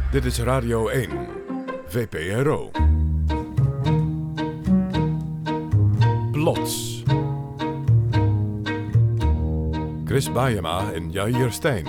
Dit is Radio 1, VPRO. Plots. Chris Bajema en Jair Stijn.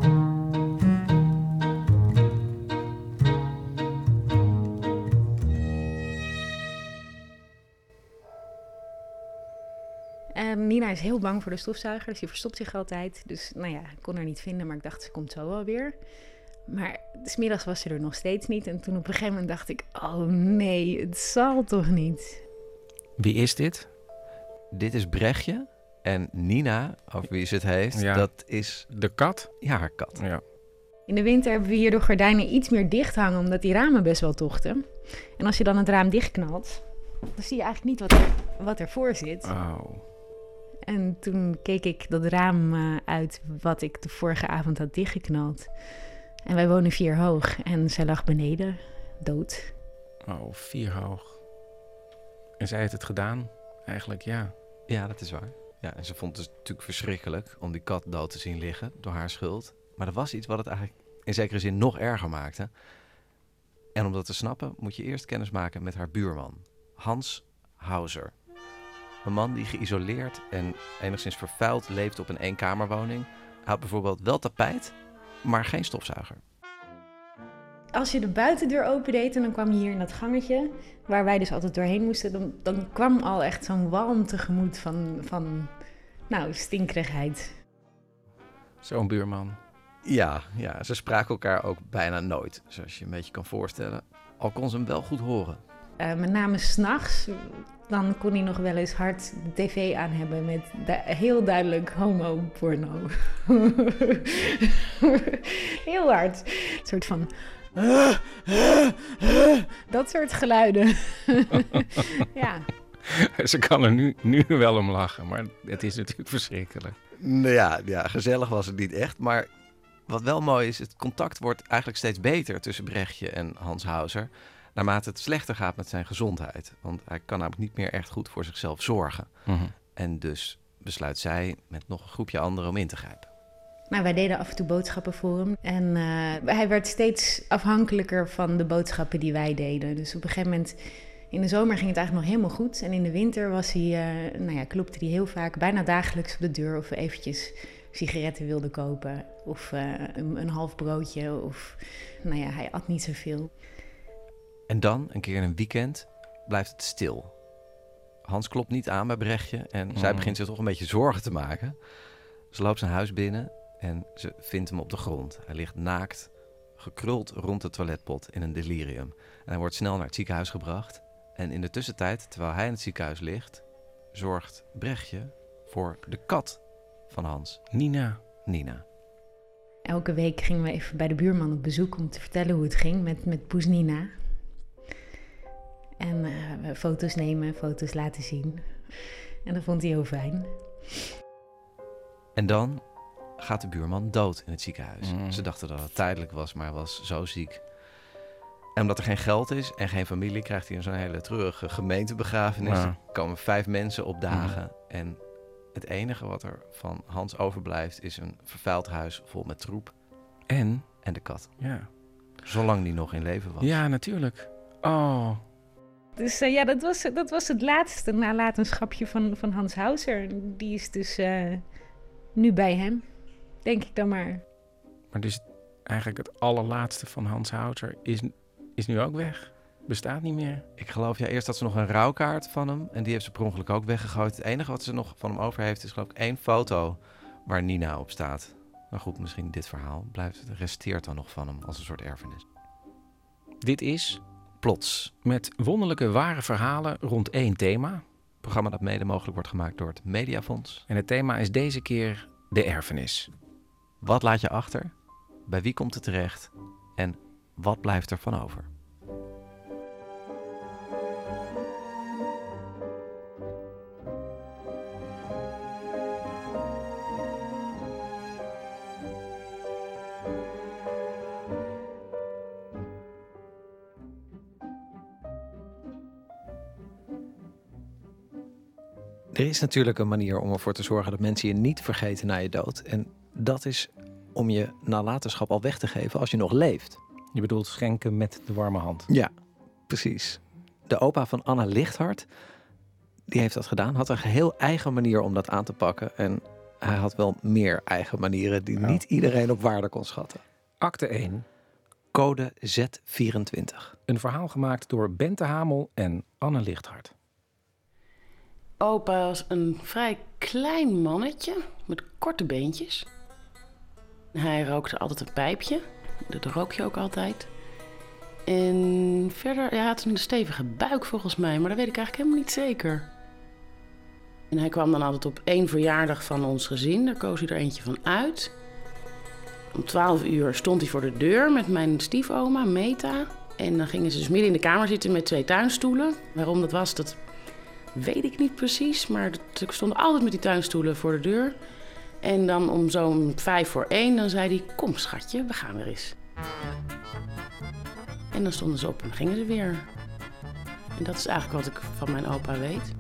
Nina is heel bang voor de stofzuiger, dus die verstopt zich altijd. Dus ik kon haar niet vinden, maar ik dacht, ze komt zo wel weer. Maar 's middags was ze er nog steeds niet. En toen op een gegeven moment dacht ik, oh nee, het zal toch niet. Wie is dit? Dit is Brechtje. En Nina, over wie ze het heeft, dat is... De kat? Ja, haar kat. Ja. In de winter hebben we hier de gordijnen iets meer dicht hangen, omdat die ramen best wel tochten. En als je dan het raam dichtknalt, dan zie je eigenlijk niet wat ervoor zit. Oh. En toen keek ik dat raam uit wat ik de vorige avond had dichtgeknald. En wij wonen 4 hoog en zij lag beneden, dood. Oh, 4 hoog. En zij heeft het gedaan, eigenlijk, ja. Ja, dat is waar. Ja, en ze vond het natuurlijk verschrikkelijk om die kat dood te zien liggen door haar schuld. Maar er was iets wat het eigenlijk in zekere zin nog erger maakte. En om dat te snappen moet je eerst kennis maken met haar buurman, Hans Hauser. Een man die geïsoleerd en enigszins vervuild leeft op een eenkamerwoning. Hij had bijvoorbeeld wel tapijt, maar geen stofzuiger. Als je de buitendeur opendeed en dan kwam je hier in dat gangetje, waar wij dus altijd doorheen moesten, dan kwam al echt zo'n walm tegemoet van stinkerigheid. Zo'n buurman. Ja, ze spraken elkaar ook bijna nooit, zoals je een beetje kan voorstellen. Al kon ze hem wel goed horen. Met name 's nachts, dan kon hij nog wel eens hard de tv aan hebben met heel duidelijk homo-porno. Heel hard. Een soort van... dat soort geluiden. Ja. Ze kan er nu wel om lachen, maar het is natuurlijk verschrikkelijk. Nou ja, gezellig was het niet echt. Maar wat wel mooi is, het contact wordt eigenlijk steeds beter tussen Brechtje en Hans Hauser, naarmate het slechter gaat met zijn gezondheid. Want hij kan namelijk niet meer echt goed voor zichzelf zorgen. Mm-hmm. En dus besluit zij met nog een groepje anderen om in te grijpen. Wij deden af en toe boodschappen voor hem. En hij werd steeds afhankelijker van de boodschappen die wij deden. Dus op een gegeven moment, in de zomer ging het eigenlijk nog helemaal goed. En in de winter was hij, klopte hij heel vaak, bijna dagelijks op de deur of we eventjes sigaretten wilden kopen. Of een half broodje. Of hij at niet zoveel. En dan, een keer in een weekend, blijft het stil. Hans klopt niet aan bij Brechtje en zij begint zich toch een beetje zorgen te maken. Ze loopt zijn huis binnen en ze vindt hem op de grond. Hij ligt naakt, gekruld rond de toiletpot in een delirium. En hij wordt snel naar het ziekenhuis gebracht. En in de tussentijd, terwijl hij in het ziekenhuis ligt, zorgt Brechtje voor de kat van Hans. Nina. Elke week gingen we even bij de buurman op bezoek om te vertellen hoe het ging met poes Nina. En we foto's nemen, foto's laten zien. En dat vond hij heel fijn. En dan gaat de buurman dood in het ziekenhuis. Ze dachten dat het tijdelijk was, maar hij was zo ziek. En omdat er geen geld is en geen familie, krijgt hij een zo'n hele treurige gemeentebegrafenis. Er komen 5 mensen opdagen. En het enige wat er van Hans overblijft is een vervuild huis vol met troep. En de kat. Ja. Zolang die nog in leven was. Ja, natuurlijk. Oh. Dus dat was het laatste nalatenschapje van Hans Hauser. Die is dus nu bij hem, denk ik dan maar. Maar dus eigenlijk het allerlaatste van Hans Hauser is nu ook weg. Bestaat niet meer. Ik geloof, eerst had ze nog een rouwkaart van hem. En die heeft ze per ongeluk ook weggegooid. Het enige wat ze nog van hem over heeft is geloof ik 1 foto waar Nina op staat. Maar goed, misschien dit verhaal resteert dan nog van hem als een soort erfenis. Dit is Plots. Met wonderlijke ware verhalen rond 1 thema. Een programma dat mede mogelijk wordt gemaakt door het Mediafonds. En het thema is deze keer de erfenis. Wat laat je achter? Bij wie komt het terecht? En wat blijft er van over? Er is natuurlijk een manier om ervoor te zorgen dat mensen je niet vergeten na je dood. En dat is om je nalatenschap al weg te geven als je nog leeft. Je bedoelt schenken met de warme hand. Ja, precies. De opa van Anna Lichthart, die heeft dat gedaan. Had een geheel eigen manier om dat aan te pakken. En hij had wel meer eigen manieren die niet iedereen op waarde kon schatten. Acte 1. Code Z24. Een verhaal gemaakt door Bente Hamel en Anne Lichthart. Opa was een vrij klein mannetje met korte beentjes. Hij rookte altijd een pijpje. Dat rook je ook altijd. En verder, hij had een stevige buik volgens mij, maar dat weet ik eigenlijk helemaal niet zeker. En hij kwam dan altijd op 1 verjaardag van ons gezin. Daar koos hij er eentje van uit. Om 12 uur stond hij voor de deur met mijn stiefoma, Meta. En dan gingen ze dus midden in de kamer zitten met 2 tuinstoelen. Waarom dat was, dat weet ik niet precies. Maar ze stonden altijd met die tuinstoelen voor de deur. En dan om zo'n 1:55, dan zei hij, kom schatje, we gaan weer eens. En dan stonden ze op en gingen ze weer. En dat is eigenlijk wat ik van mijn opa weet.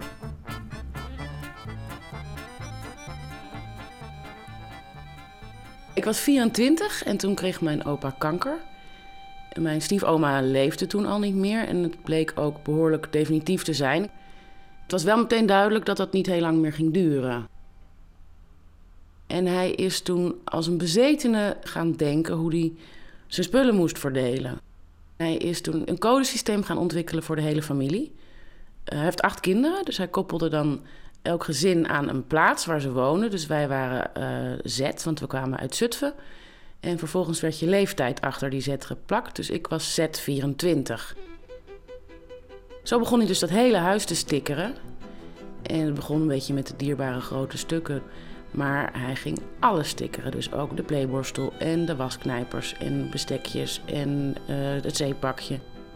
Ik was 24 en toen kreeg mijn opa kanker. En mijn stiefoma leefde toen al niet meer en het bleek ook behoorlijk definitief te zijn. Het was wel meteen duidelijk dat dat niet heel lang meer ging duren. En hij is toen als een bezetene gaan denken hoe hij zijn spullen moest verdelen. Hij is toen een codesysteem gaan ontwikkelen voor de hele familie. Hij heeft 8 kinderen, dus hij koppelde dan elk gezin aan een plaats waar ze wonen. Dus wij waren Z, want we kwamen uit Zutphen. En vervolgens werd je leeftijd achter die Z geplakt, dus ik was Z24. Zo begon hij dus dat hele huis te stickeren. En het begon een beetje met de dierbare grote stukken. Maar hij ging alles stickeren, dus ook de playborstel en de wasknijpers en bestekjes en het zeepakje.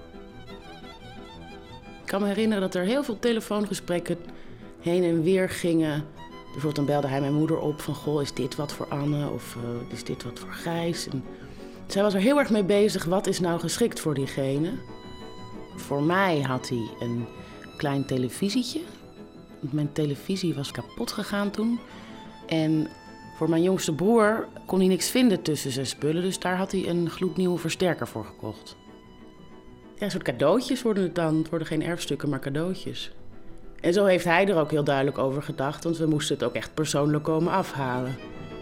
Ik kan me herinneren dat er heel veel telefoongesprekken heen en weer gingen. Bijvoorbeeld dan belde hij mijn moeder op van, goh, is dit wat voor Anne of is dit wat voor Gijs? En zij was er heel erg mee bezig, wat is nou geschikt voor diegene? Voor mij had hij een klein televisietje. Mijn televisie was kapot gegaan toen. En voor mijn jongste broer kon hij niks vinden tussen zijn spullen, dus daar had hij een gloednieuwe versterker voor gekocht. Ja, een soort cadeautjes worden het dan. Het worden geen erfstukken, maar cadeautjes. En zo heeft hij er ook heel duidelijk over gedacht, want we moesten het ook echt persoonlijk komen afhalen.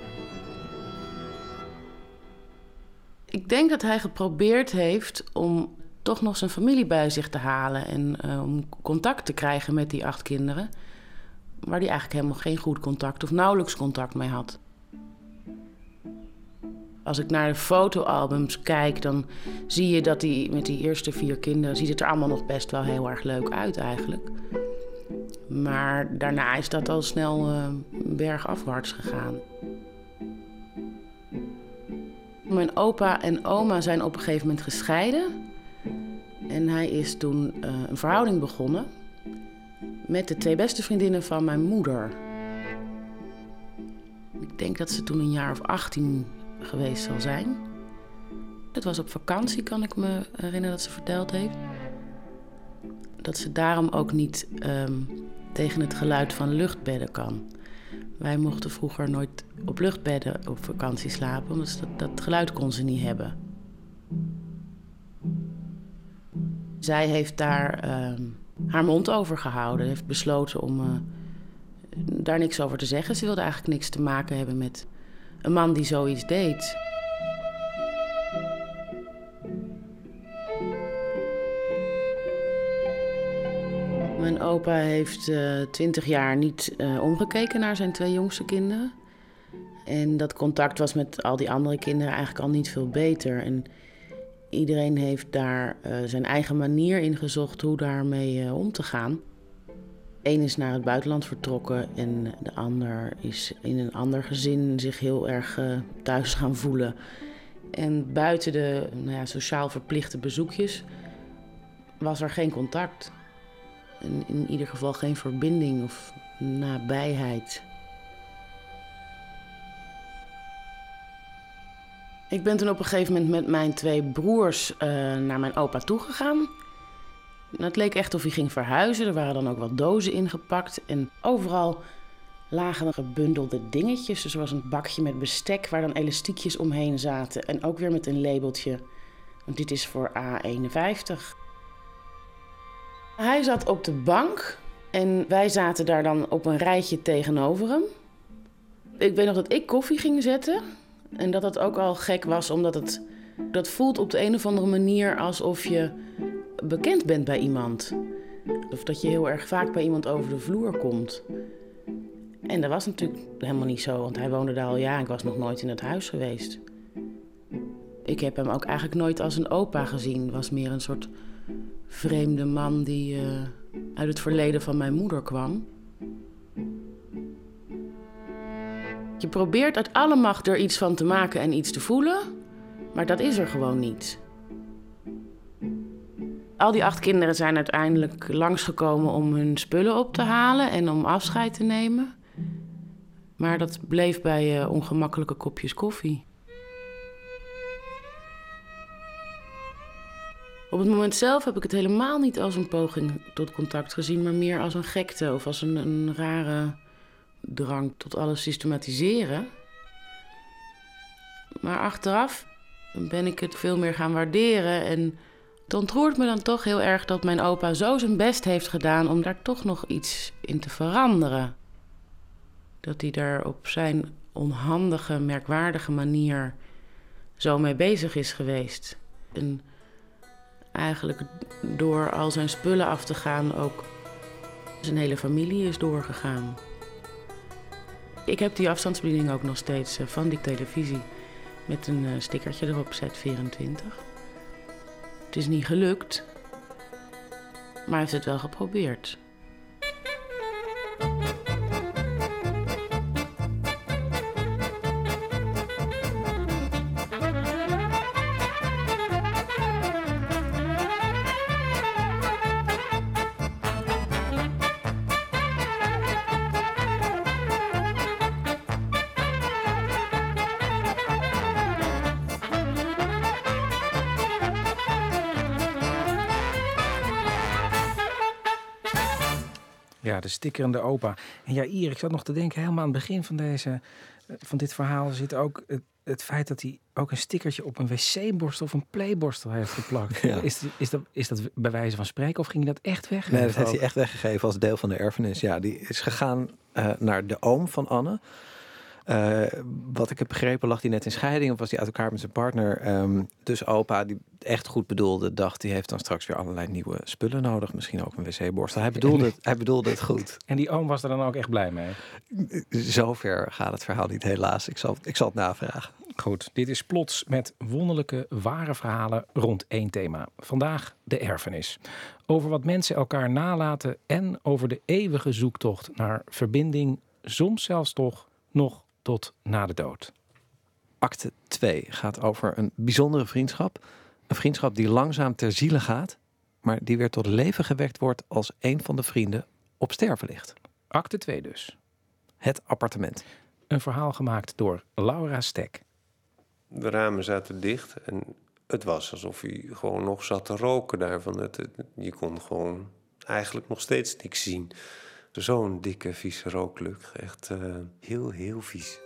Ik denk dat hij geprobeerd heeft om toch nog zijn familie bij zich te halen en om contact te krijgen met die 8 kinderen, waar hij eigenlijk helemaal geen goed contact of nauwelijks contact mee had. Als ik naar de fotoalbums kijk, dan zie je dat hij met die eerste 4 kinderen, ziet het er allemaal nog best wel heel erg leuk uit eigenlijk. Maar daarna is dat al snel bergafwaarts gegaan. Mijn opa en oma zijn op een gegeven moment gescheiden. En hij is toen een verhouding begonnen met de 2 beste vriendinnen van mijn moeder. Ik denk dat ze toen een jaar of 18 geweest zal zijn. Het was op vakantie, kan ik me herinneren dat ze verteld heeft. Dat ze daarom ook niet tegen het geluid van luchtbedden kan. Wij mochten vroeger nooit op luchtbedden op vakantie slapen, omdat dat geluid kon ze niet hebben. Zij heeft daar haar mond over gehouden, heeft besloten om daar niks over te zeggen. Ze wilde eigenlijk niks te maken hebben met een man die zoiets deed. Mijn opa heeft 20 jaar niet omgekeken naar zijn 2 jongste kinderen. En dat contact was met al die andere kinderen eigenlijk al niet veel beter. En iedereen heeft daar zijn eigen manier in gezocht hoe daarmee om te gaan. Eén is naar het buitenland vertrokken en de ander is in een ander gezin zich heel erg thuis gaan voelen. En buiten de sociaal verplichte bezoekjes was er geen contact. En in ieder geval geen verbinding of nabijheid. Ik ben toen op een gegeven moment met mijn 2 broers naar mijn opa toegegaan. Het leek echt of hij ging verhuizen. Er waren dan ook wat dozen ingepakt. En overal lagen er gebundelde dingetjes. Dus er was een bakje met bestek waar dan elastiekjes omheen zaten. En ook weer met een labeltje Want dit is voor A51. Hij zat op de bank en wij zaten daar dan op een rijtje tegenover hem. Ik weet nog dat ik koffie ging zetten. En dat ook al gek was, omdat dat voelt op de een of andere manier alsof je bekend bent bij iemand. Of dat je heel erg vaak bij iemand over de vloer komt. En dat was natuurlijk helemaal niet zo, want hij woonde daar al jaren. Ik was nog nooit in het huis geweest. Ik heb hem ook eigenlijk nooit als een opa gezien. Het was meer een soort vreemde man die uit het verleden van mijn moeder kwam. Je probeert uit alle macht er iets van te maken en iets te voelen, maar dat is er gewoon niet. Al die 8 kinderen zijn uiteindelijk langsgekomen om hun spullen op te halen en om afscheid te nemen. Maar dat bleef bij ongemakkelijke kopjes koffie. Op het moment zelf heb ik het helemaal niet als een poging tot contact gezien, maar meer als een gekte of als een rare drang tot alles systematiseren. Maar achteraf ben ik het veel meer gaan waarderen en het ontroert me dan toch heel erg dat mijn opa zo zijn best heeft gedaan om daar toch nog iets in te veranderen. Dat hij daar op zijn onhandige, merkwaardige manier zo mee bezig is geweest. En eigenlijk door al zijn spullen af te gaan ook zijn hele familie is doorgegaan. Ik heb die afstandsbediening ook nog steeds van die televisie met een stickertje erop, Z24. Het is niet gelukt, maar hij heeft het wel geprobeerd. Ja, de stickerende opa. En ja, Ier, ik zat nog te denken, helemaal aan het begin van dit verhaal zit ook het feit dat hij ook een stickertje op een wc-borstel of een playborstel heeft geplakt. Ja. Is dat bij wijze van spreken of ging hij dat echt weg? Nee, dat heeft hij echt weggegeven als deel van de erfenis. Ja, die is gegaan naar de oom van Anne. Wat ik heb begrepen, lag hij net in scheiding of was hij uit elkaar met zijn partner. Dus opa, die echt goed bedoelde, dacht, die heeft dan straks weer allerlei nieuwe spullen nodig. Misschien ook een wc-borstel. Hij bedoelde het goed. En die oom was er dan ook echt blij mee? Zover gaat het verhaal niet, helaas. Ik zal het navragen. Goed, dit is Plots met wonderlijke, ware verhalen rond één thema. Vandaag de erfenis. Over wat mensen elkaar nalaten en over de eeuwige zoektocht naar verbinding, soms zelfs toch nog tot na de dood. Acte 2 gaat over een bijzondere vriendschap. Een vriendschap die langzaam ter ziele gaat, maar die weer tot leven gewekt wordt als een van de vrienden op sterven ligt. Acte 2 dus. Het appartement. Een verhaal gemaakt door Laura Stek. De ramen zaten dicht en het was alsof hij gewoon nog zat te roken daarvan. Je kon gewoon eigenlijk nog steeds niks zien. Zo'n dikke, vieze rooklucht. Echt heel, heel vies.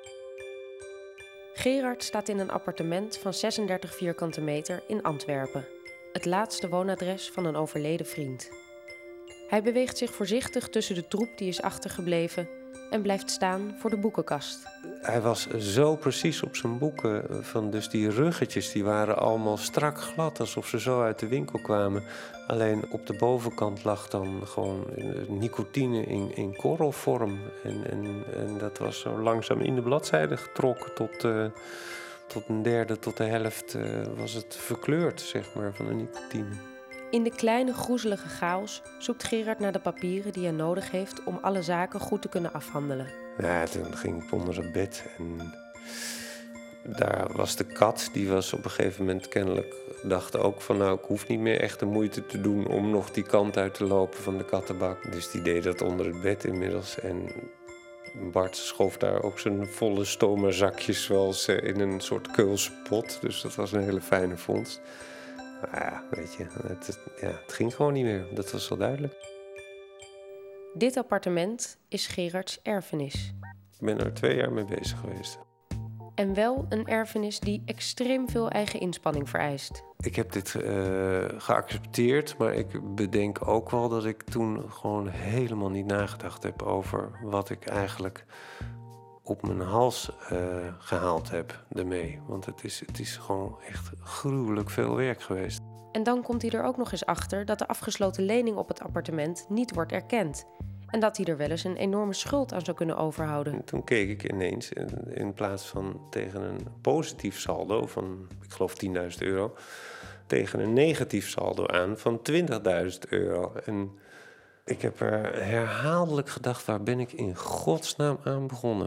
Gerard staat in een appartement van 36 vierkante meter in Antwerpen. Het laatste woonadres van een overleden vriend. Hij beweegt zich voorzichtig tussen de troep die is achtergebleven en blijft staan voor de boekenkast. Hij was zo precies op zijn boeken. Dus die ruggetjes die waren allemaal strak glad, alsof ze zo uit de winkel kwamen. Alleen op de bovenkant lag dan gewoon nicotine in korrelvorm. En dat was zo langzaam in de bladzijde getrokken tot een derde, tot de helft was het verkleurd, zeg maar, van de nicotine. In de kleine groezelige chaos zoekt Gerard naar de papieren die hij nodig heeft om alle zaken goed te kunnen afhandelen. Ja, toen ging ik onder het bed en daar was de kat. Die was op een gegeven moment kennelijk, dacht ook van nou, ik hoef niet meer echt de moeite te doen om nog die kant uit te lopen van de kattenbak. Dus die deed dat onder het bed inmiddels en Bart schoof daar ook zijn volle stoma-zakjes zoals in een soort Keulse pot. Dus dat was een hele fijne vondst. Maar ja, weet je, het ging gewoon niet meer. Dat was wel duidelijk. Dit appartement is Gerards erfenis. Ik ben er 2 jaar mee bezig geweest. En wel een erfenis die extreem veel eigen inspanning vereist. Ik heb dit geaccepteerd, maar ik bedenk ook wel dat ik toen gewoon helemaal niet nagedacht heb over wat ik eigenlijk op mijn hals gehaald heb ermee. Want het is gewoon echt gruwelijk veel werk geweest. En dan komt hij er ook nog eens achter dat de afgesloten lening op het appartement niet wordt erkend. En dat hij er wel eens een enorme schuld aan zou kunnen overhouden. En toen keek ik ineens, in plaats van tegen een positief saldo van, ik geloof €10.000, tegen een negatief saldo aan van €20.000. En ik heb er herhaaldelijk gedacht, waar ben ik in godsnaam aan begonnen?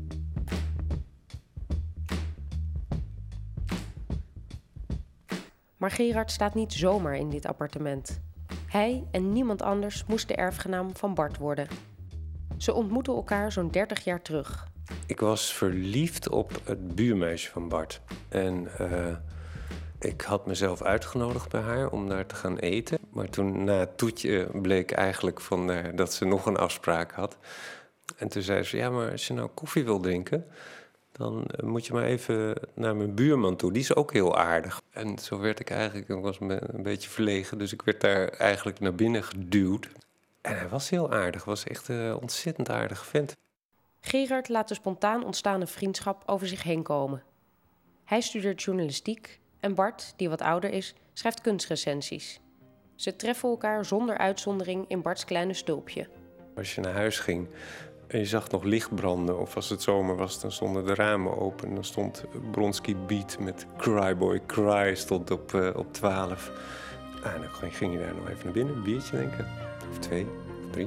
Maar Gerard staat niet zomaar in dit appartement. Hij en niemand anders moest de erfgenaam van Bart worden. Ze ontmoeten elkaar zo'n 30 jaar terug. Ik was verliefd op het buurmeisje van Bart. En ik had mezelf uitgenodigd bij haar om daar te gaan eten. Maar toen na het toetje bleek eigenlijk dat ze nog een afspraak had. En toen zei ze, ja, maar als je nou koffie wil drinken, dan moet je maar even naar mijn buurman toe. Die is ook heel aardig. En zo werd ik eigenlijk, ik was een beetje verlegen, dus ik werd daar eigenlijk naar binnen geduwd. En hij was heel aardig, was echt een ontzettend aardige vent. Gerard laat de spontaan ontstane vriendschap over zich heen komen. Hij studeert journalistiek en Bart, die wat ouder is, schrijft kunstrecensies. Ze treffen elkaar zonder uitzondering in Barts kleine stulpje. Als je naar huis ging en je zag nog licht branden, of als het zomer was, dan stonden de ramen open. En dan stond Bronski Beat met Cry Boy Cry stond op 12. En dan ging je daar nog even naar binnen, een biertje denken. Of 2, of 3.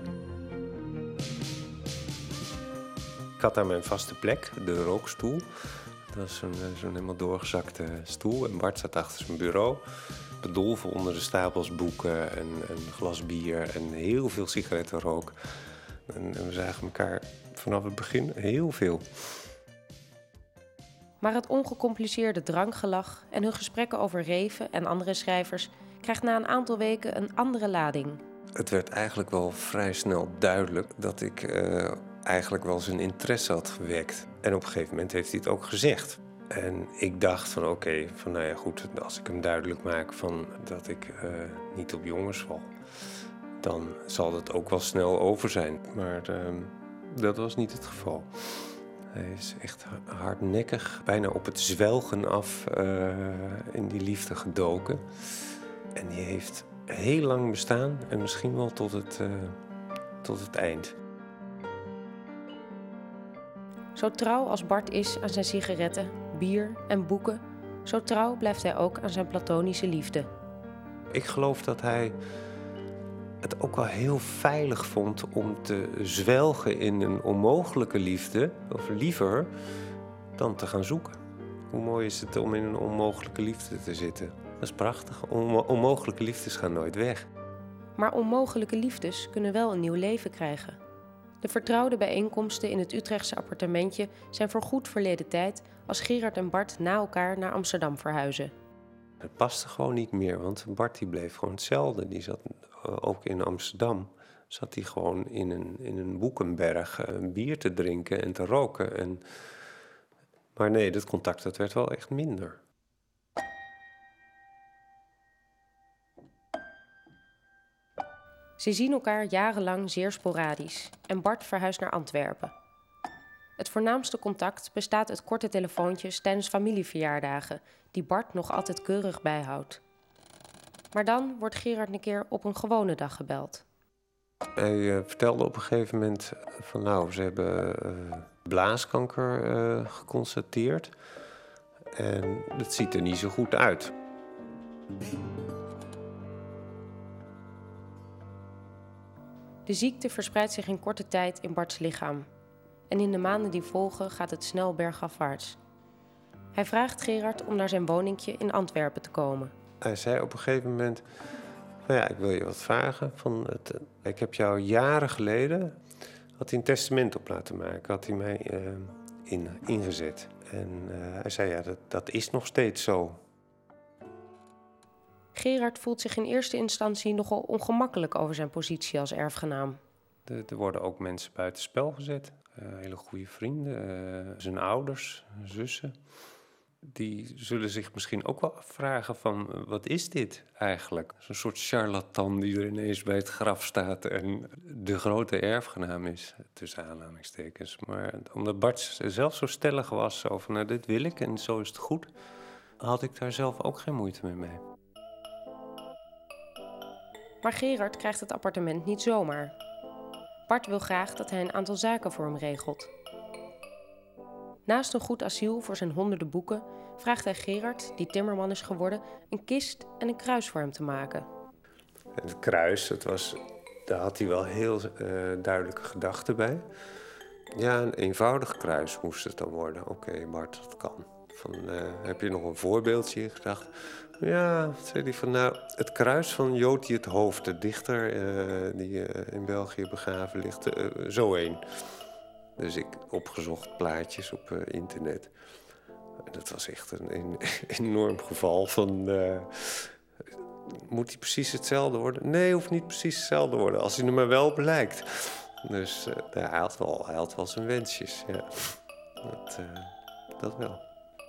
Ik had daar mijn vaste plek, de rookstoel. Dat was zo'n helemaal doorgezakte stoel. En Bart zat achter zijn bureau. Bedolven onder de stapels boeken en een glas bier en heel veel sigarettenrook. En we zagen elkaar vanaf het begin heel veel. Maar het ongecompliceerde drankgelach en hun gesprekken over Reven en andere schrijvers krijgt na een aantal weken een andere lading. Het werd eigenlijk wel vrij snel duidelijk dat ik eigenlijk wel zijn interesse had gewekt. En op een gegeven moment heeft hij het ook gezegd. En ik dacht van oké, nou ja goed, als ik hem duidelijk maak van dat ik niet op jongens val, dan zal het ook wel snel over zijn. Maar dat was niet het geval. Hij is echt hardnekkig, bijna op het zwelgen af in die liefde gedoken. En die heeft heel lang bestaan en misschien wel tot het eind. Zo trouw als Bart is aan zijn sigaretten, bier en boeken, zo trouw blijft hij ook aan zijn platonische liefde. Ik geloof dat hij het ook wel heel veilig vond om te zwelgen in een onmogelijke liefde, of liever dan te gaan zoeken. Hoe mooi is het om in een onmogelijke liefde te zitten? Dat is prachtig. Onmogelijke liefdes gaan nooit weg. Maar onmogelijke liefdes kunnen wel een nieuw leven krijgen. De vertrouwde bijeenkomsten in het Utrechtse appartementje zijn voorgoed verleden tijd als Gerard en Bart na elkaar naar Amsterdam verhuizen. Het paste gewoon niet meer, want Bart die bleef gewoon hetzelfde. Die zat ook in Amsterdam, zat hij gewoon in een boekenberg bier te drinken en te roken. Maar nee, dat contact dat werd wel echt minder. Ze zien elkaar jarenlang zeer sporadisch en Bart verhuist naar Antwerpen. Het voornaamste contact bestaat uit korte telefoontjes tijdens familieverjaardagen, die Bart nog altijd keurig bijhoudt. Maar dan wordt Gerard een keer op een gewone dag gebeld. Hij vertelde op een gegeven moment van nou, ze hebben blaaskanker geconstateerd. En dat ziet er niet zo goed uit. De ziekte verspreidt zich in korte tijd in Barts lichaam. En in de maanden die volgen gaat het snel bergafwaarts. Hij vraagt Gerard om naar zijn woningje in Antwerpen te komen. Hij zei op een gegeven moment, nou ja, ik wil je wat vragen. Ik heb jou jaren geleden, had hij een testament op laten maken. Had hij mij ingezet. En hij zei, ja, dat is nog steeds zo. Gerard voelt zich in eerste instantie nogal ongemakkelijk over zijn positie als erfgenaam. Er worden ook mensen buitenspel gezet. Hele goede vrienden, zijn ouders, zussen. Die zullen zich misschien ook wel afvragen van, wat is dit eigenlijk? Zo'n soort charlatan die er ineens bij het graf staat en de grote erfgenaam is, tussen aanhalingstekens. Maar omdat Bart zelf zo stellig was, zo van, nou, dit wil ik en zo is het goed, had ik daar zelf ook geen moeite meer mee. Maar Gerard krijgt het appartement niet zomaar. Bart wil graag dat hij een aantal zaken voor hem regelt. Naast een goed asiel voor zijn honderden boeken vraagt hij Gerard, die timmerman is geworden, een kist en een kruis voor hem te maken. Het kruis, daar had hij wel heel duidelijke gedachten bij. Ja, een eenvoudig kruis moest het dan worden. Oké, Bart, dat kan. Heb je nog een voorbeeldje in gedachten? Ja, zei hij van, nou, het kruis van Joodie het Hoofd, de dichter die in België begraven ligt, zo één. Dus ik opgezocht plaatjes op internet. En dat was echt een enorm geval van, moet hij precies hetzelfde worden? Nee, hoeft niet precies hetzelfde worden, als hij er maar wel op lijkt. Dus hij had wel zijn wensjes, ja. Dat wel.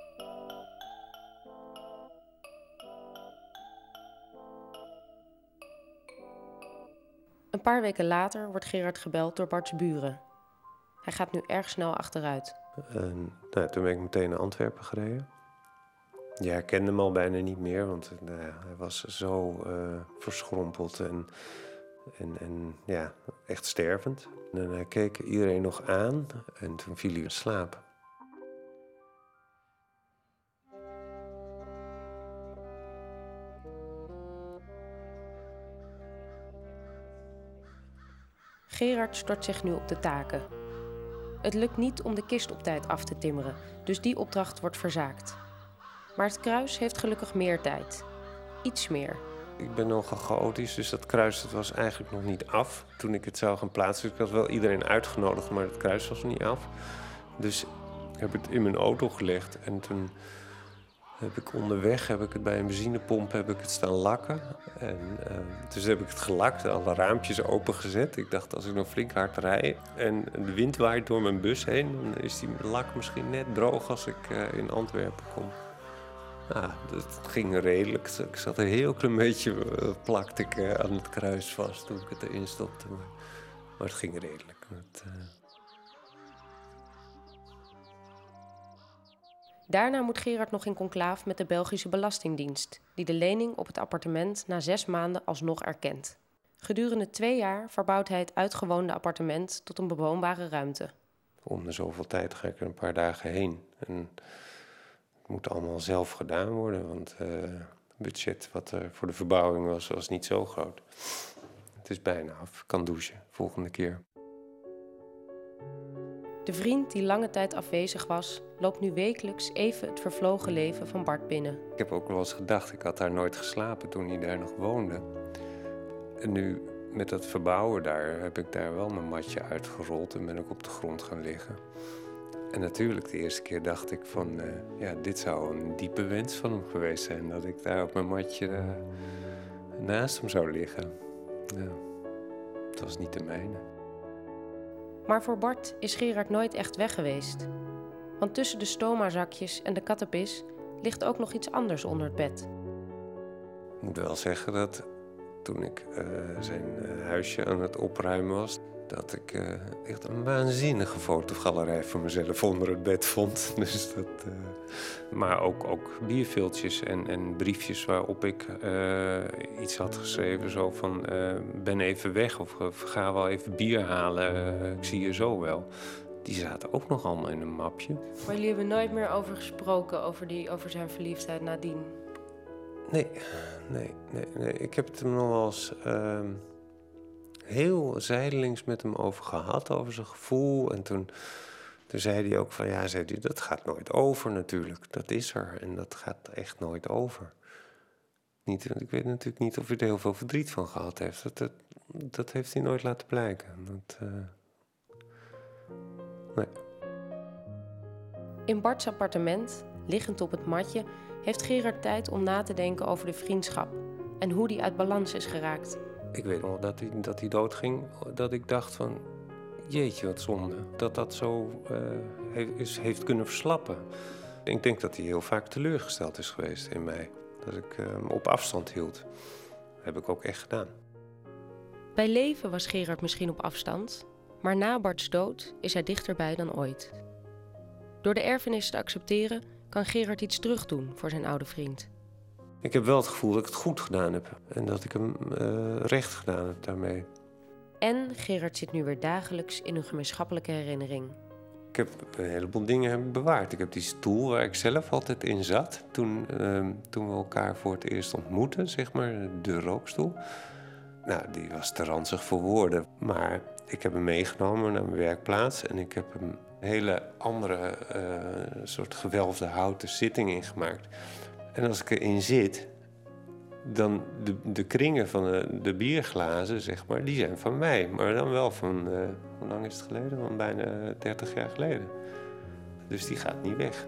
Een paar weken later wordt Gerard gebeld door Barts buren. Hij gaat nu erg snel achteruit. Toen ben ik meteen naar Antwerpen gereden. Ja, ik kende hem al bijna niet meer, want hij was zo verschrompeld en ja, echt stervend. En hij keek iedereen nog aan en toen viel hij in slaap. Gerard stort zich nu op de taken. Het lukt niet om de kist op tijd af te timmeren, dus die opdracht wordt verzaakt. Maar het kruis heeft gelukkig meer tijd. Iets meer. Ik ben nogal chaotisch, dus dat kruis was eigenlijk nog niet af toen ik het zou gaan plaatsen. Ik had wel iedereen uitgenodigd, maar het kruis was niet af. Dus heb ik het in mijn auto gelegd en toen heb ik onderweg het bij een benzinepomp staan lakken. En dus heb ik het gelakt, alle raampjes opengezet. Ik dacht, als ik nog flink hard rijd en de wind waait door mijn bus heen, dan is die lak misschien net droog als ik in Antwerpen kom. Nou, dat ging redelijk. Ik zat een heel klein beetje, plakte ik aan het kruis vast toen ik het erin stopte. Maar het ging redelijk. Daarna moet Gerard nog in conclaaf met de Belgische Belastingdienst, die de lening op het appartement na 6 maanden alsnog erkent. Gedurende 2 jaar verbouwt hij het uitgewoonde appartement tot een bewoonbare ruimte. Om de zoveel tijd ga ik er een paar dagen heen. En het moet allemaal zelf gedaan worden, want het budget wat er voor de verbouwing was niet zo groot. Het is bijna af. Ik kan douchen, volgende keer. De vriend die lange tijd afwezig was, loopt nu wekelijks even het vervlogen leven van Bart binnen. Ik heb ook wel eens gedacht, ik had daar nooit geslapen toen hij daar nog woonde. En nu met dat verbouwen daar heb ik daar wel mijn matje uitgerold en ben ik op de grond gaan liggen. En natuurlijk, de eerste keer dacht ik van, dit zou een diepe wens van hem geweest zijn. Dat ik daar op mijn matje naast hem zou liggen. Ja, het was niet de mijne. Maar voor Bart is Gerard nooit echt weg geweest. Want tussen de stoma-zakjes en de kattenpis ligt ook nog iets anders onder het bed. Ik moet wel zeggen dat toen ik zijn huisje aan het opruimen was, dat ik echt een waanzinnige fotogalerij van mezelf onder het bed vond. Dus maar ook bierviltjes en briefjes waarop ik iets had geschreven. Zo van, ben even weg of ga wel even bier halen, ik zie je zo wel. Die zaten ook nog allemaal in een mapje. Maar jullie hebben nooit meer over gesproken, over zijn verliefdheid nadien? Nee. Ik heb het er nog wel eens heel zijdelings met hem over gehad, over zijn gevoel. En toen zei hij ook van, dat gaat nooit over natuurlijk. Dat is er en dat gaat echt nooit over. Ik weet natuurlijk niet of hij er heel veel verdriet van gehad heeft. Dat heeft hij nooit laten blijken. Nee. In Barts appartement, liggend op het matje, heeft Gerard tijd om na te denken over de vriendschap en hoe die uit balans is geraakt. Ik weet nog dat hij doodging, dat ik dacht van... Jeetje, wat zonde. Dat zo heeft kunnen verslappen. Ik denk dat hij heel vaak teleurgesteld is geweest in mij. Dat ik hem op afstand hield. Dat heb ik ook echt gedaan. Bij leven was Gerard misschien op afstand, maar na Bart's dood is hij dichterbij dan ooit. Door de erfenis te accepteren kan Gerard iets terugdoen voor zijn oude vriend. Ik heb wel het gevoel dat ik het goed gedaan heb. En dat ik hem recht gedaan heb daarmee. En Gerard zit nu weer dagelijks in een gemeenschappelijke herinnering. Ik heb een heleboel dingen bewaard. Ik heb die stoel waar ik zelf altijd in zat. Toen we elkaar voor het eerst ontmoetten, zeg maar, de rookstoel. Nou, die was te ranzig voor woorden. Maar ik heb hem meegenomen naar mijn werkplaats. En ik heb hem een hele andere soort gewelfde houten zitting ingemaakt. En als ik erin zit, dan de kringen van de bierglazen, zeg maar, die zijn van mij. Maar dan wel van, hoe lang is het geleden? Van bijna 30 jaar geleden. Dus die gaat niet weg.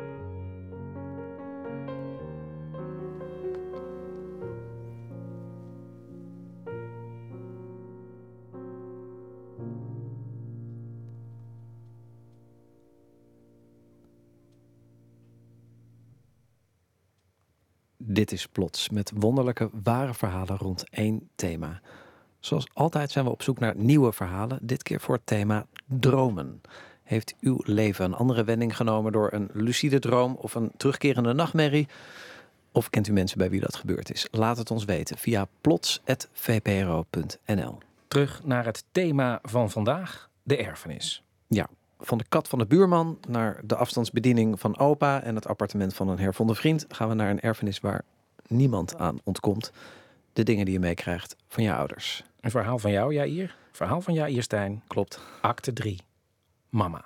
Dit is Plots, met wonderlijke, ware verhalen rond één thema. Zoals altijd zijn we op zoek naar nieuwe verhalen, dit keer voor het thema dromen. Heeft uw leven een andere wending genomen door een lucide droom of een terugkerende nachtmerrie? Of kent u mensen bij wie dat gebeurd is? Laat het ons weten via plots@vpro.nl. Terug naar het thema van vandaag, de erfenis. Ja, van de kat van de buurman naar de afstandsbediening van opa en het appartement van een hervonden vriend gaan we naar een erfenis waar niemand aan ontkomt. De dingen die je meekrijgt van je ouders. Een verhaal van jou, Jair. Verhaal van Jair Stijn. Klopt. Acte 3. Mama.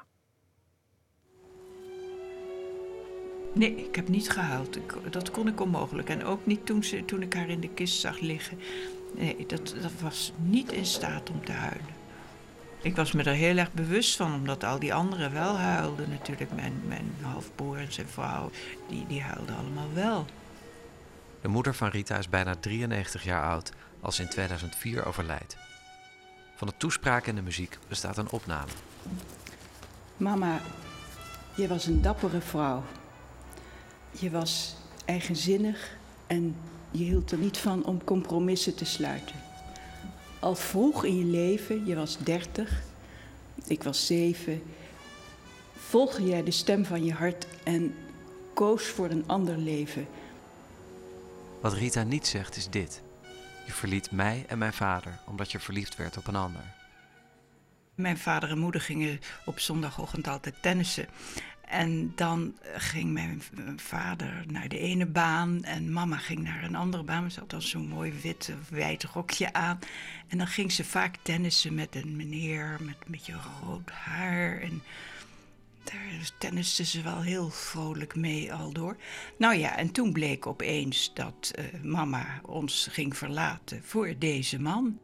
Nee, ik heb niet gehuild. Dat kon ik onmogelijk. En ook niet toen ik haar in de kist zag liggen. Nee, dat was niet in staat om te huilen. Ik was me er heel erg bewust van, omdat al die anderen wel huilden. Natuurlijk, mijn halfbroer en zijn vrouw, die huilden allemaal wel. De moeder van Rita is bijna 93 jaar oud als ze in 2004 overlijdt. Van de toespraak en de muziek bestaat een opname. Mama, je was een dappere vrouw. Je was eigenzinnig en je hield er niet van om compromissen te sluiten. Al vroeg in je leven, je was 30, ik was 7, volgde jij de stem van je hart en koos voor een ander leven. Wat Rita niet zegt is dit. Je verliet mij en mijn vader omdat je verliefd werd op een ander. Mijn vader en moeder gingen op zondagochtend altijd tennissen. En dan ging mijn vader naar de ene baan en mama ging naar een andere baan. Ze had dan zo'n mooi wit wijd rokje aan. En dan ging ze vaak tennissen met een meneer met een beetje rood haar. En daar tenniste ze wel heel vrolijk mee al door. Nou ja, en toen bleek opeens dat mama ons ging verlaten voor deze man.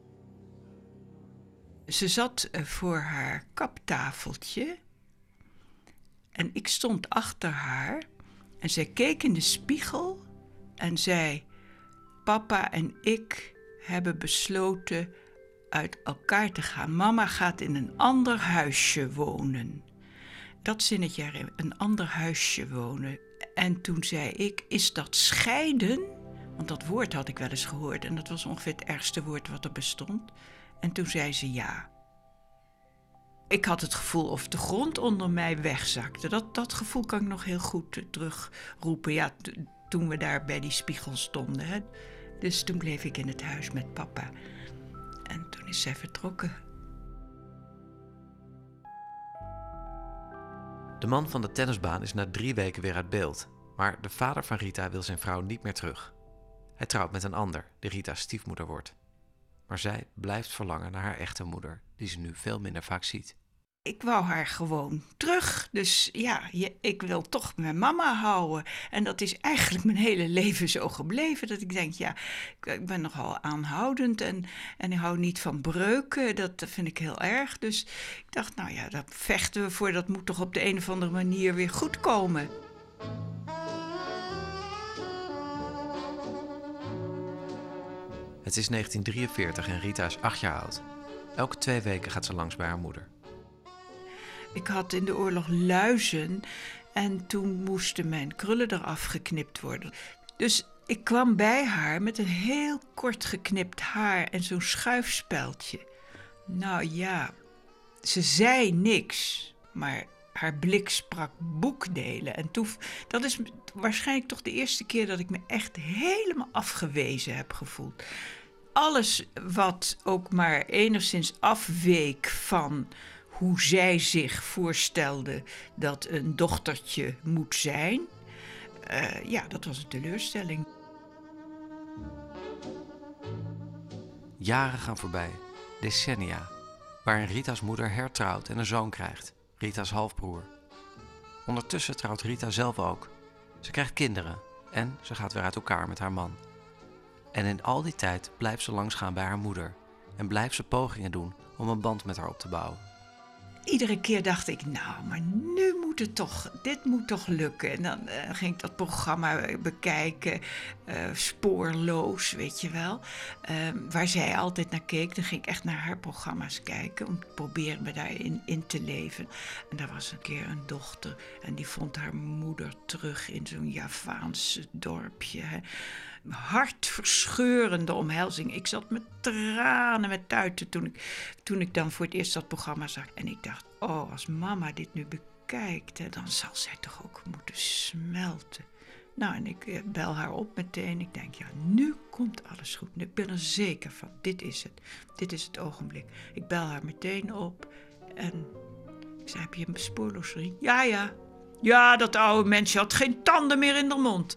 Ze zat voor haar kaptafeltje en ik stond achter haar en zij keek in de spiegel en zei: papa en ik hebben besloten uit elkaar te gaan. Mama gaat in een ander huisje wonen. Dat zinnetje, een ander huisje wonen. En toen zei ik: is dat scheiden? Want dat woord had ik wel eens gehoord en dat was ongeveer het ergste woord wat er bestond. En toen zei ze ja. Ik had het gevoel of de grond onder mij wegzakte. Dat gevoel kan ik nog heel goed terugroepen. Ja, toen we daar bij die spiegel stonden. Hè. Dus toen bleef ik in het huis met papa. En toen is zij vertrokken. De man van de tennisbaan is na 3 weken weer uit beeld. Maar de vader van Rita wil zijn vrouw niet meer terug. Hij trouwt met een ander, die Rita's stiefmoeder wordt. Maar zij blijft verlangen naar haar echte moeder, die ze nu veel minder vaak ziet. Ik wou haar gewoon terug. Dus ja, ik wil toch mijn mama houden. En dat is eigenlijk mijn hele leven zo gebleven. Dat ik denk, ja, ik ben nogal aanhoudend. En ik hou niet van breuken. Dat vind ik heel erg. Dus ik dacht, nou ja, daar vechten we voor. Dat moet toch op de een of andere manier weer goed komen. Het Het is 1943 en Rita is 8 jaar oud. Elke 2 weken gaat ze langs bij haar moeder. Ik had in de oorlog luizen en toen moesten mijn krullen eraf geknipt worden. Dus ik kwam bij haar met een heel kort geknipt haar en zo'n schuifspeldje. Nou ja, ze zei niks, maar haar blik sprak boekdelen. En dat is waarschijnlijk toch de eerste keer dat ik me echt helemaal afgewezen heb gevoeld. Alles wat ook maar enigszins afweek van hoe zij zich voorstelde dat een dochtertje moet zijn, dat was een teleurstelling. Jaren gaan voorbij, decennia, waarin Rita's moeder hertrouwt en een zoon krijgt, Rita's halfbroer. Ondertussen trouwt Rita zelf ook. Ze krijgt kinderen en ze gaat weer uit elkaar met haar man. En in al die tijd blijft ze langsgaan bij haar moeder en blijft ze pogingen doen om een band met haar op te bouwen. Iedere keer dacht ik, nou, maar nu moet het toch, dit moet toch lukken. En dan ging ik dat programma bekijken, Spoorloos, weet je wel. Waar zij altijd naar keek, dan ging ik echt naar haar programma's kijken om te proberen me daarin in te leven. En daar was een keer een dochter en die vond haar moeder terug in zo'n Javaans dorpje, hè. Hartverscheurende omhelzing. Ik zat met tranen, met tuiten toen ik dan voor het eerst dat programma zag. En ik dacht, als mama dit nu bekijkt, hè, dan zal zij toch ook moeten smelten. Nou, en ik bel haar op meteen. Ik denk, ja, nu komt alles goed. Ik ben er zeker van. Dit is het. Dit is het ogenblik. Ik bel haar meteen op. En ik zei, heb je een spoorloos vriend? Ja. Ja, dat oude mensje had geen tanden meer in de mond.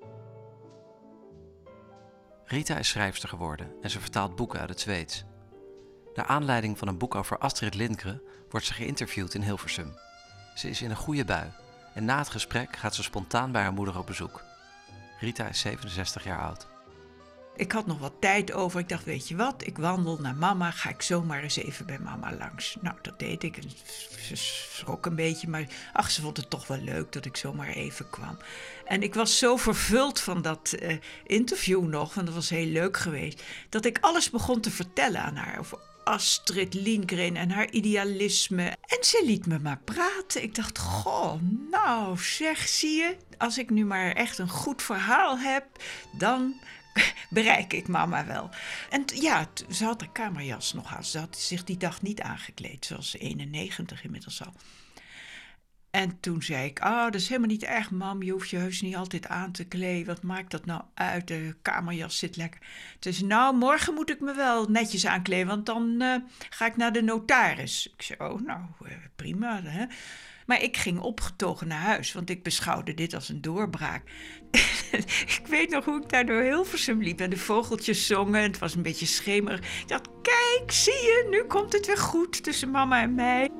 Rita is schrijfster geworden en ze vertaalt boeken uit het Zweeds. Naar aanleiding van een boek over Astrid Lindgren wordt ze geïnterviewd in Hilversum. Ze is in een goede bui en na het gesprek gaat ze spontaan bij haar moeder op bezoek. Rita is 67 jaar oud. Ik had nog wat tijd over. Ik dacht, weet je wat, ik wandel naar mama. Ga ik zomaar eens even bij mama langs. Nou, dat deed ik. Ze schrok een beetje, maar ze vond het toch wel leuk dat ik zomaar even kwam. En ik was zo vervuld van dat interview nog, want dat was heel leuk geweest, dat ik alles begon te vertellen aan haar over Astrid Lindgren en haar idealisme. En ze liet me maar praten. Ik dacht, nou zeg, zie je, als ik nu maar echt een goed verhaal heb, dan bereik ik mama wel. En ja, ze had haar kamerjas nog aan. Ze had zich die dag niet aangekleed. Ze was 91 inmiddels al. En toen zei ik, dat is helemaal niet erg, mam. Je hoeft je heus niet altijd aan te kleden. Wat maakt dat nou uit? De kamerjas zit lekker. Toen zei, nou, morgen moet ik me wel netjes aankleden, want dan ga ik naar de notaris. Ik zei, prima, hè. Maar ik ging opgetogen naar huis, want ik beschouwde dit als een doorbraak. Ik weet nog hoe ik daar door Hilversum liep en de vogeltjes zongen. Het was een beetje schemerig. Ik dacht, kijk, zie je, nu komt het weer goed tussen mama en mij.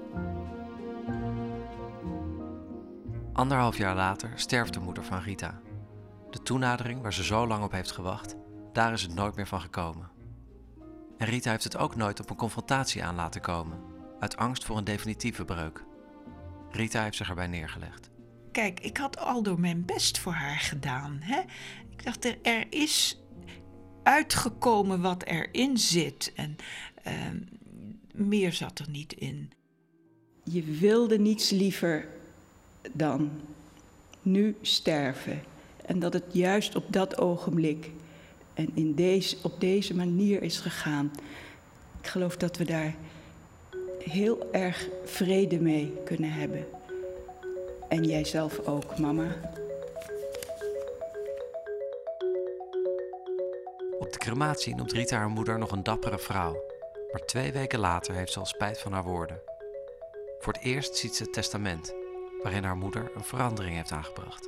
1,5 jaar later sterft de moeder van Rita. De toenadering waar ze zo lang op heeft gewacht, daar is het nooit meer van gekomen. En Rita heeft het ook nooit op een confrontatie aan laten komen, uit angst voor een definitieve breuk. Rita heeft zich erbij neergelegd. Kijk, ik had al door mijn best voor haar gedaan, hè? Ik dacht, er is uitgekomen wat erin zit en meer zat er niet in. Je wilde niets liever dan nu sterven. En dat het juist op dat ogenblik en op deze manier is gegaan. Ik geloof dat we daar heel erg vrede mee kunnen hebben. En jijzelf ook, mama. Op de crematie noemt Rita haar moeder nog een dappere vrouw. Maar 2 weken later heeft ze al spijt van haar woorden. Voor het eerst ziet ze het testament, waarin haar moeder een verandering heeft aangebracht.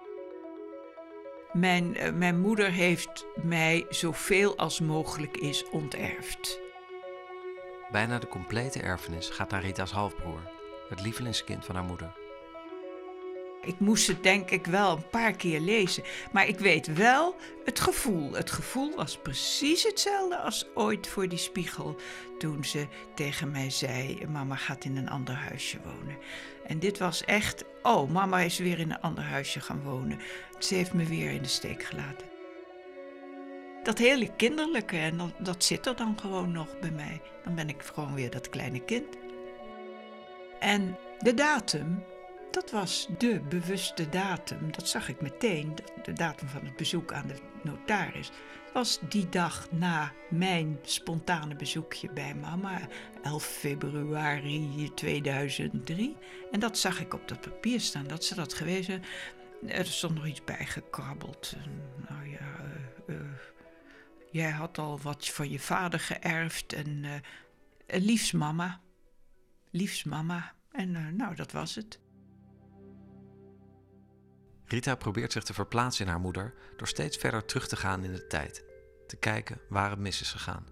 Mijn moeder heeft mij zoveel als mogelijk is onterfd. Bijna de complete erfenis gaat naar Rita's halfbroer, het lievelingskind van haar moeder. Ik moest het denk ik wel een paar keer lezen. Maar ik weet wel het gevoel. Het gevoel was precies hetzelfde als ooit voor die spiegel. Toen ze tegen mij zei, mama gaat in een ander huisje wonen. En dit was echt, mama is weer in een ander huisje gaan wonen. Ze heeft me weer in de steek gelaten. Dat hele kinderlijke. En dat zit er dan gewoon nog bij mij. Dan ben ik gewoon weer dat kleine kind. En de datum, dat was de bewuste datum. Dat zag ik meteen. De datum van het bezoek aan de notaris was die dag na mijn spontane bezoekje bij mama. 11 februari 2003. En dat zag ik op dat papier staan, dat ze dat geweest hebben. Er stond nog iets bijgekrabbeld. Nou ja, jij had al wat van je vader geërfd. En liefst mama. Liefst mama. En nou, dat was het. Rita probeert zich te verplaatsen in haar moeder door steeds verder terug te gaan in de tijd. Te kijken waar het mis is gegaan.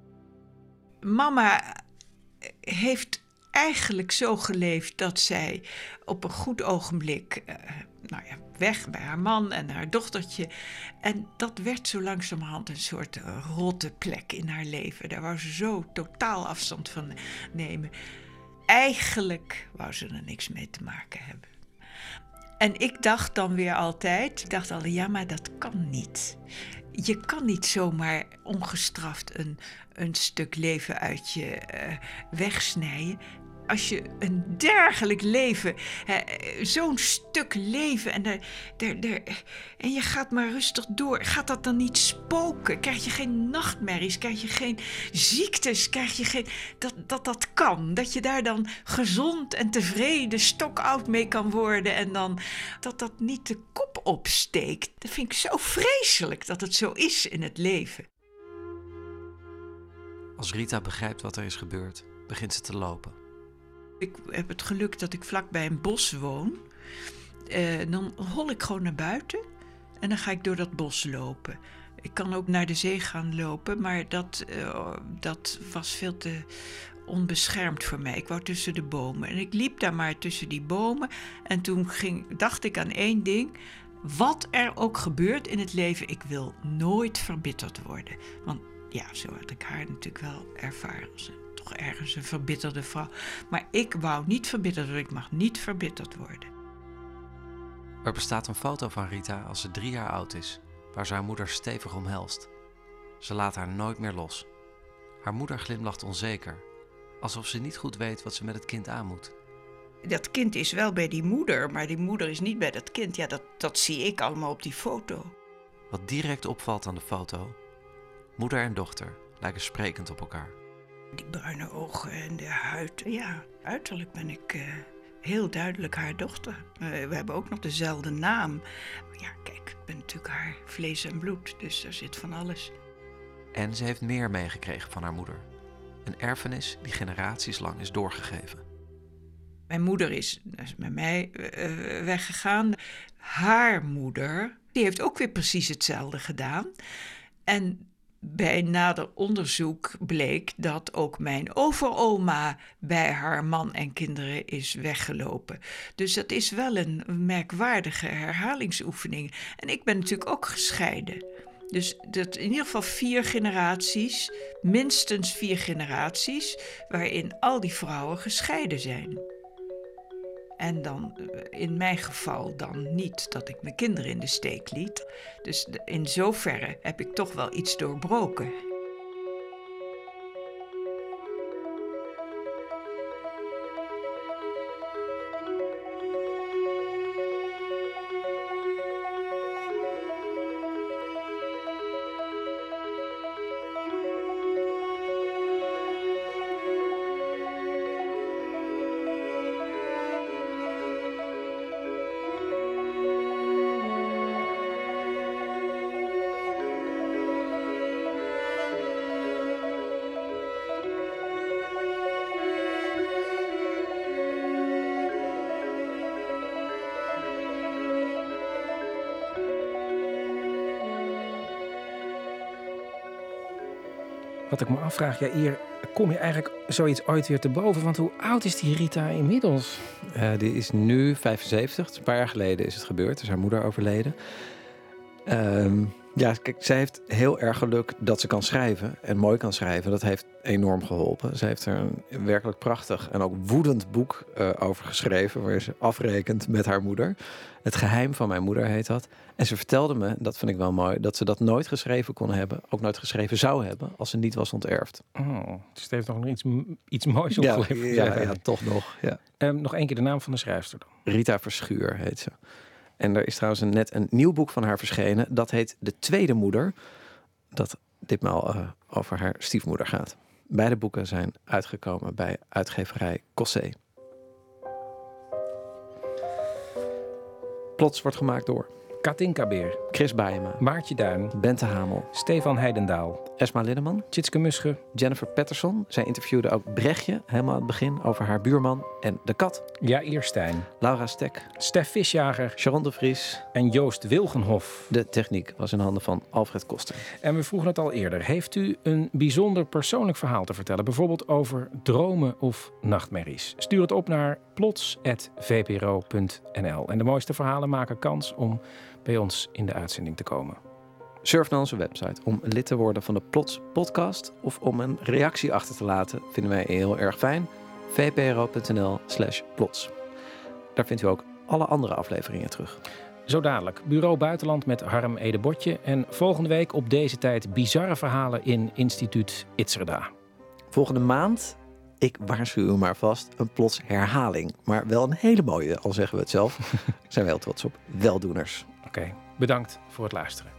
Mama heeft eigenlijk zo geleefd dat zij op een goed ogenblik weg bij haar man en haar dochtertje. En dat werd zo langzamerhand een soort rotte plek in haar leven. Daar wou ze zo totaal afstand van nemen. Eigenlijk wou ze er niks mee te maken hebben. En ik dacht dan weer altijd, ja, maar dat kan niet. Je kan niet zomaar ongestraft een stuk leven uit je wegsnijden. Als je een dergelijk leven, zo'n stuk leven en je gaat maar rustig door. Gaat dat dan niet spoken? Krijg je geen nachtmerries? Krijg je geen ziektes? Krijg je geen... Dat kan. Dat je daar dan gezond en tevreden stokoud mee kan worden. En dan dat niet de kop opsteekt. Dat vind ik zo vreselijk dat het zo is in het leven. Als Rita begrijpt wat er is gebeurd, begint ze te lopen. Ik heb het geluk dat ik vlakbij een bos woon. Dan hol ik gewoon naar buiten en dan ga ik door dat bos lopen. Ik kan ook naar de zee gaan lopen, maar dat was veel te onbeschermd voor mij. Ik wou tussen de bomen en ik liep daar maar tussen die bomen. En toen dacht ik aan één ding. Wat er ook gebeurt in het leven, ik wil nooit verbitterd worden. Want ja, zo had ik haar natuurlijk wel ervaren. Toch ergens een verbitterde vrouw. Maar ik wou niet verbitterd worden. Ik mag niet verbitterd worden. Er bestaat een foto van Rita als ze 3 jaar oud is, waar ze haar moeder stevig omhelst. Ze laat haar nooit meer los. Haar moeder glimlacht onzeker, alsof ze niet goed weet wat ze met het kind aan moet. Dat kind is wel bij die moeder, maar die moeder is niet bij dat kind. Ja, dat zie ik allemaal op die foto. Wat direct opvalt aan de foto: moeder en dochter lijken sprekend op elkaar. Die bruine ogen en de huid. Ja, uiterlijk ben ik heel duidelijk haar dochter. We hebben ook nog dezelfde naam. Maar ja, kijk, ik ben natuurlijk haar vlees en bloed, dus er zit van alles. En ze heeft meer meegekregen van haar moeder. Een erfenis die generaties lang is doorgegeven. Mijn moeder is met mij weggegaan. Haar moeder, die heeft ook weer precies hetzelfde gedaan. En bij nader onderzoek bleek dat ook mijn overoma bij haar man en kinderen is weggelopen. Dus dat is wel een merkwaardige herhalingsoefening. En ik ben natuurlijk ook gescheiden. Dus dat in ieder geval 4 generaties, minstens 4 generaties, waarin al die vrouwen gescheiden zijn. En dan in mijn geval dan niet dat ik mijn kinderen in de steek liet. Dus in zoverre heb ik toch wel iets doorbroken. Wat ik me afvraag, hier kom je eigenlijk zoiets ooit weer te boven? Want hoe oud is die Rita inmiddels? Die is nu 75. Een paar jaar geleden is het gebeurd. Is haar moeder overleden. Ja, kijk, zij heeft heel erg geluk dat ze kan schrijven en mooi kan schrijven. Dat heeft enorm geholpen. Ze heeft er een werkelijk prachtig en ook woedend boek over geschreven, waar ze afrekent met haar moeder. Het geheim van mijn moeder heet dat. En ze vertelde me, dat vind ik wel mooi, dat ze dat nooit geschreven kon hebben, ook nooit geschreven zou hebben, als ze niet was onterfd. Oh, dus het heeft nog iets moois opgeleverd. Ja, toch nog. Ja. Nog één keer de naam van de schrijfster dan. Rita Verschuur heet ze. En er is trouwens net een nieuw boek van haar verschenen. Dat heet De Tweede Moeder. Dat ditmaal over haar stiefmoeder gaat. Beide boeken zijn uitgekomen bij uitgeverij Cossé. Plots wordt gemaakt door Katinka Beer, Chris Baaijema, Maartje Duin, Bente Hamel, Stefan Heidendaal, Esma Linneman, Tjitske Musche, Jennifer Patterson. Zij interviewde ook Brechtje, helemaal aan het begin, over haar buurman en de kat. Jair Stijn, Laura Stek, Stef Visjager, Sharon de Vries en Joost Wilgenhof. De techniek was in handen van Alfred Koster. En we vroegen het al eerder. Heeft u een bijzonder persoonlijk verhaal te vertellen? Bijvoorbeeld over dromen of nachtmerries? Stuur het op naar plots@vpro.nl. En de mooiste verhalen maken kans om bij ons in de uitzending te komen. Surf naar onze website om lid te worden van de Plots podcast of om een reactie achter te laten. Vinden wij heel erg fijn. vpro.nl/plots. Daar vindt u ook alle andere afleveringen terug. Zo dadelijk Bureau Buitenland met Harm Edebotje. En volgende week op deze tijd bizarre verhalen in instituut Itzerda. Volgende maand, ik waarschuw u maar vast, een Plots herhaling. Maar wel een hele mooie, al zeggen we het zelf. Zijn we heel trots op. Weldoeners. Oké, bedankt voor het luisteren.